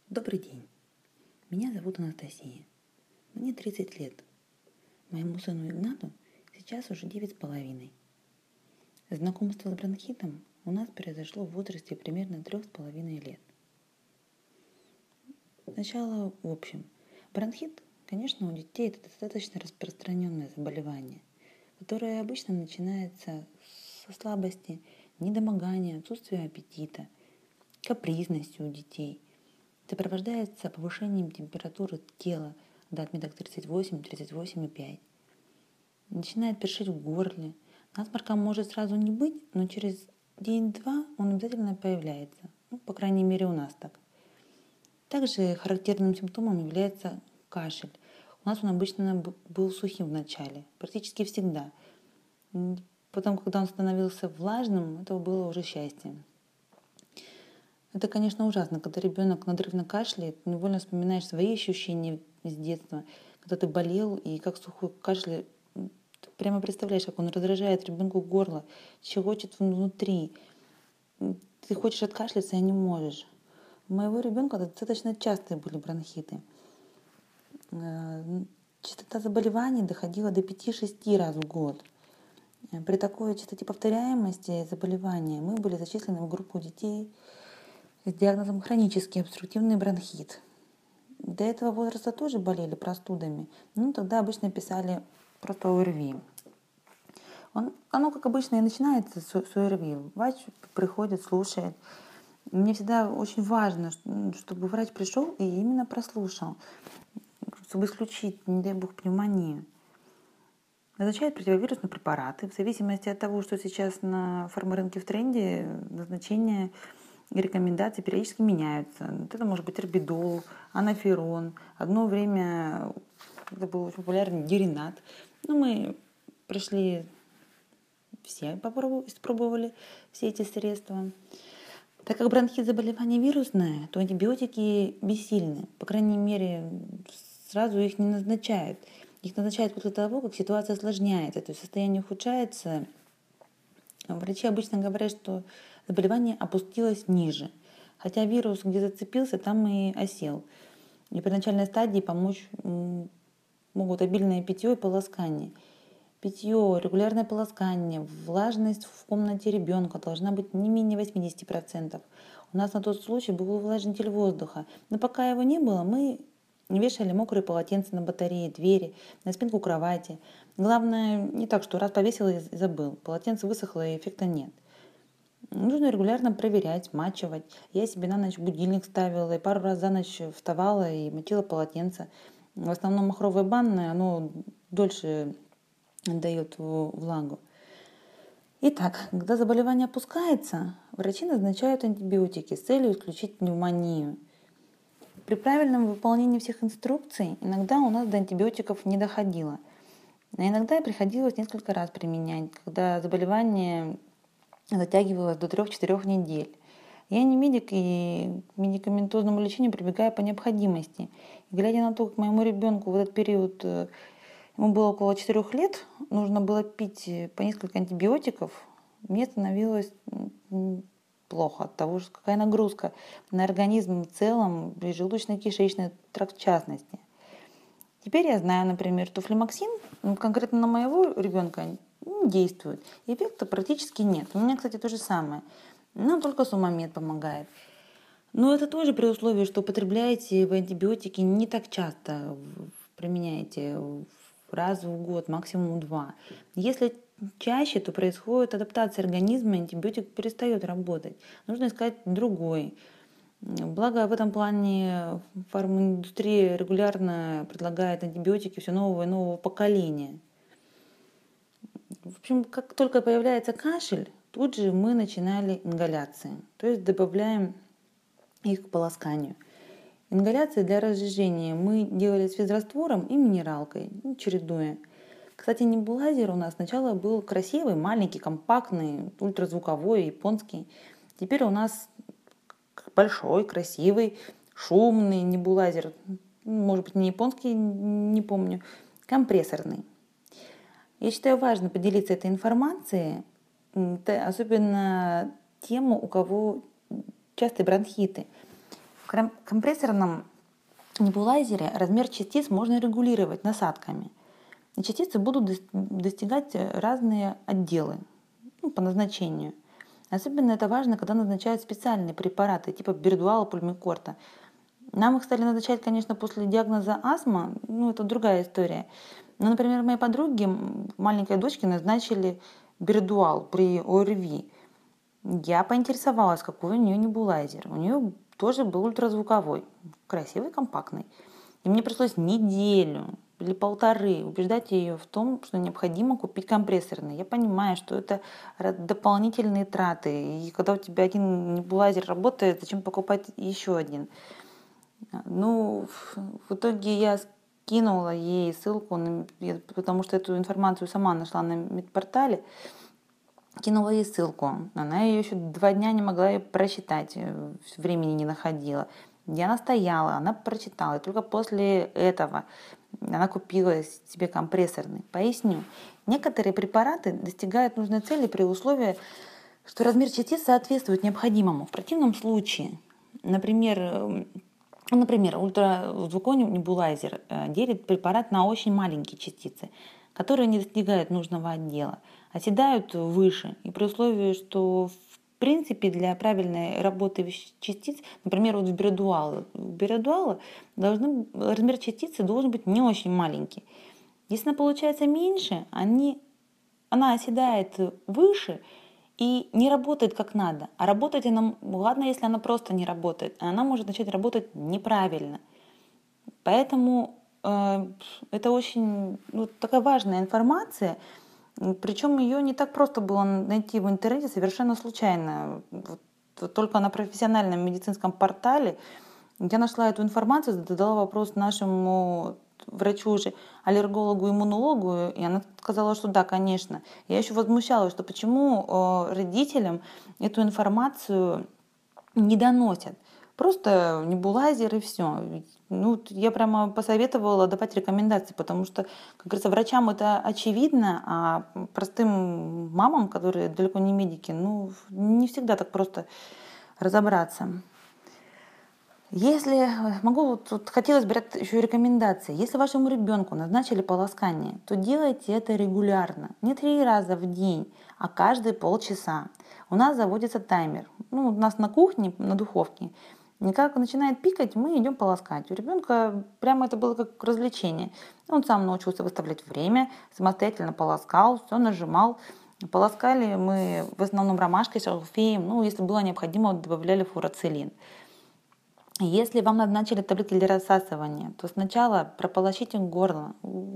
Добрый день. Меня зовут Анастасия. Мне 30 лет. Моему сыну Игнату сейчас уже 9,5. Знакомство с бронхитом у нас произошло в возрасте примерно 3,5 лет. Сначала в общем. Бронхит, конечно, у детей это достаточно распространенное заболевание, которое обычно начинается со слабости, недомогания, отсутствия аппетита, капризности у детей. Сопровождается повышением температуры тела до отметок 38-38,5. Начинает першить в горле. Насморка может сразу не быть, но через день-два он обязательно появляется. По крайней мере, у нас так. Также характерным симптомом является кашель. У нас он обычно был сухим в начале, практически всегда. Потом, когда он становился влажным, это было уже счастье. Это, конечно, ужасно, когда ребенок надрывно кашляет, невольно вспоминаешь свои ощущения с детства, когда ты болел, и как сухой кашель, ты прямо представляешь, как он раздражает ребенку горло, щекочет внутри. Ты хочешь откашляться, а не можешь. У моего ребенка достаточно частые были бронхиты. Частота заболеваний доходила до 5-6 раз в год. При такой частоте повторяемости заболевания мы были зачислены в группу детей с диагнозом хронический обструктивный бронхит. До этого возраста тоже болели простудами, тогда обычно писали просто ОРВИ. Оно, как обычно, и начинается с ОРВИ. Врач приходит, слушает. Мне всегда очень важно, чтобы врач пришел и именно прослушал, чтобы исключить, не дай бог, пневмонию. Назначают противовирусные препараты. В зависимости от того, что сейчас на фармарынке в тренде, назначение и рекомендации периодически меняются. Это может быть орбидол, анаферон. Одно время это был очень популярный деринат. Мы прошли все, испробовали все эти средства. Так как бронхит заболевание вирусное, то антибиотики бессильны. По крайней мере, сразу их не назначают. Их назначают после того, как ситуация осложняется, то есть состояние ухудшается. Врачи обычно говорят, что заболевание опустилось ниже. Хотя вирус где зацепился, там и осел. И при начальной стадии помочь могут обильное питье и полоскание. Питье, регулярное полоскание, влажность в комнате ребенка должна быть не менее 80%. У нас на тот случай был увлажнитель воздуха. Но пока его не было, мы вешали мокрые полотенца на батарее, двери, на спинку кровати. Главное, не так, что раз повесил и забыл. Полотенце высохло, и эффекта нет. Нужно регулярно проверять, смачивать. Я себе на ночь будильник ставила, и пару раз за ночь вставала и мочила полотенце. В основном махровое банное, оно дольше дает влагу. Итак, когда заболевание опускается, врачи назначают антибиотики с целью исключить пневмонию. При правильном выполнении всех инструкций иногда у нас до антибиотиков не доходило. А иногда приходилось несколько раз применять, когда заболевание затягивалось до 3-4 недель. Я не медик и к медикаментозному лечению прибегаю по необходимости. И глядя на то, как моему ребенку в этот период, ему было около 4 лет, нужно было пить по несколько антибиотиков, мне становилось плохо от того, что какая нагрузка на организм в целом и желудочно-кишечный тракт в частности. Теперь я знаю, например, что флемоксин конкретно на моего ребенка не действует. Эффекта практически нет. У меня, кстати, то же самое. Нам только Сумамед помогает. Но это тоже при условии, что употребляете вы антибиотики не так часто, применяете раз в год, максимум 2. Если чаще, то происходит адаптация организма, и антибиотик перестает работать. Нужно искать другой. Благо в этом плане фарминдустрия регулярно предлагает антибиотики все нового и нового поколения. В общем, как только появляется кашель, тут же мы начинали ингаляции, то есть добавляем их к полосканию. Ингаляции для разжижения мы делали с физраствором и минералкой, чередуя. Кстати, небулайзер у нас сначала был красивый, маленький, компактный, ультразвуковой, японский. Теперь у нас большой, красивый, шумный небулайзер. Может быть, не японский, не помню. Компрессорный. Я считаю важно поделиться этой информацией, особенно тем, у кого частые бронхиты. В компрессорном небулайзере размер частиц можно регулировать насадками. И частицы будут достигать разные отделы по назначению. Особенно это важно, когда назначают специальные препараты, типа Бердуала, Пульмикорта. Нам их стали назначать, конечно, после диагноза астма, это другая история. Но, например, моей подруге, маленькой дочке, назначили Бердуал при ОРВИ. Я поинтересовалась, какой у нее небулайзер. У нее тоже был ультразвуковой, красивый, компактный. И мне пришлось неделю или 1,5 убеждать ее в том, что необходимо купить компрессорный. Я понимаю, что это дополнительные траты. И когда у тебя один небулайзер работает, зачем покупать еще один? В итоге я скинула ей ссылку, потому что эту информацию сама нашла на медпортале. Кинула ей ссылку. Она ее еще 2 дня не могла ее прочитать, времени не находила. Я настояла, она прочитала. И только после этого она купила себе компрессорный. Поясню. Некоторые препараты достигают нужной цели при условии, что размер частиц соответствует необходимому. В противном случае, например, ультразвуковой небулайзер делит препарат на очень маленькие частицы, которые не достигают нужного отдела, оседают выше. И при условии, что в принципе для правильной работы частиц, например, в Бердуала размер частицы должен быть не очень маленький. Если она получается меньше, она оседает выше и не работает как надо. А работать ладно, если она просто не работает, а она может начать работать неправильно. Поэтому это очень такая важная информация. Причем ее не так просто было найти в интернете, совершенно случайно. Только на профессиональном медицинском портале я нашла эту информацию, задала вопрос нашему врачу уже, аллергологу, иммунологу, и она сказала, что да, конечно. Я еще возмущалась, что почему родителям эту информацию не доносят. Просто небулайзер и все. Я прямо посоветовала давать рекомендации, потому что, как говорится, врачам это очевидно, а простым мамам, которые далеко не медики, не всегда так просто разобраться. Хотелось бы дать еще рекомендации. Если вашему ребенку назначили полоскание, то делайте это регулярно. Не 3 раза в день, а каждые полчаса. У нас заводится таймер. У нас на кухне, на духовке. И как начинает пикать, мы идем полоскать. У ребенка прямо это было как развлечение. Он сам научился выставлять время, самостоятельно полоскал, все нажимал. Полоскали мы в основном ромашкой, шалфеем. Если было необходимо, добавляли фурацилин. Если вам назначили таблетки для рассасывания, то сначала прополощите горло,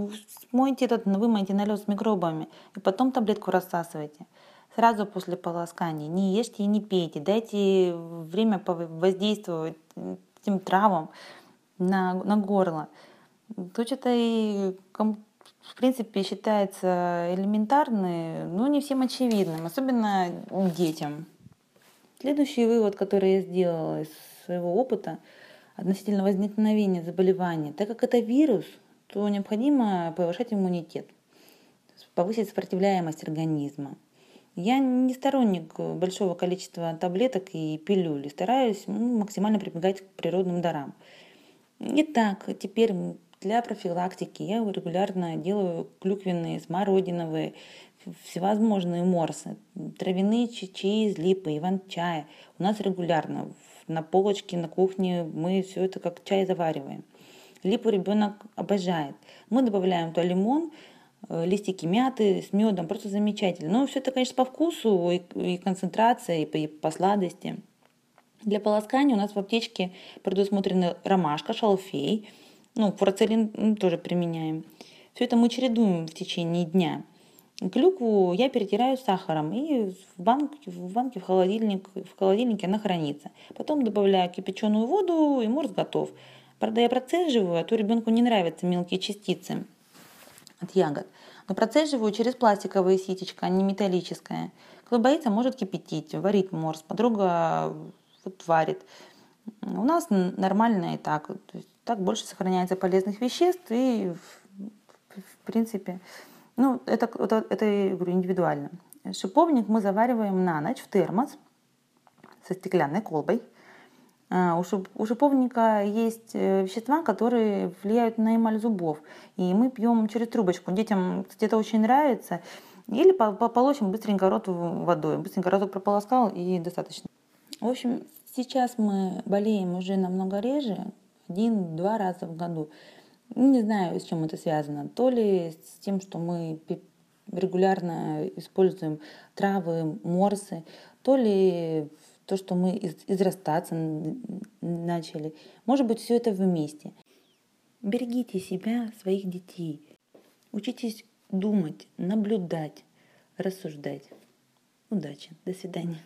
вымойте налет с микробами, и потом таблетку рассасывайте. Сразу после полоскания не ешьте и не пейте, дайте время воздействовать этим травам на горло. Тут это и в принципе считается элементарным, но не всем очевидным, особенно детям. Следующий вывод, который я сделала из своего опыта относительно возникновения заболевания, так как это вирус, то необходимо повышать иммунитет, повысить сопротивляемость организма. Я не сторонник большого количества таблеток и пилюль, стараюсь максимально прибегать к природным дарам. Итак, теперь для профилактики я регулярно делаю клюквенные, смородиновые, всевозможные морсы, травяные чаи из липы, иван-чая. У нас регулярно на полочке, на кухне мы все это как чай завариваем. Липу ребенок обожает. Мы добавляем туда лимон, листики мяты с медом, просто замечательно. Но все это, конечно, по вкусу и концентрация, и по сладости. Для полоскания у нас в аптечке предусмотрены ромашка, шалфей, фурацилин тоже применяем. Все это мы чередуем в течение дня. Клюкву я перетираю с сахаром и в банке в холодильнике она хранится. Потом добавляю кипяченую воду, и морс готов. Правда, я процеживаю, а то ребенку не нравятся мелкие частицы от ягод. Но процеживаю через пластиковое ситечко, а не металлическое. Кто боится, может кипятить, варить морс. Подруга варит. У нас нормально и так. То есть так больше сохраняется полезных веществ и в принципе... это я говорю, индивидуально. Шиповник мы завариваем на ночь в термос со стеклянной колбой. У шиповника есть вещества, которые влияют на эмаль зубов. И мы пьем через трубочку. Детям, кстати, это очень нравится. Или полощем быстренько рот водой. Быстренько разок прополоскал и достаточно. В общем, сейчас мы болеем уже намного реже, 1-2 раза в году. Не знаю, с чем это связано. То ли с тем, что мы регулярно используем травы, морсы, то ли то, что мы израстаться начали. Может быть, все это вместе. Берегите себя, своих детей. Учитесь думать, наблюдать, рассуждать. Удачи. До свидания.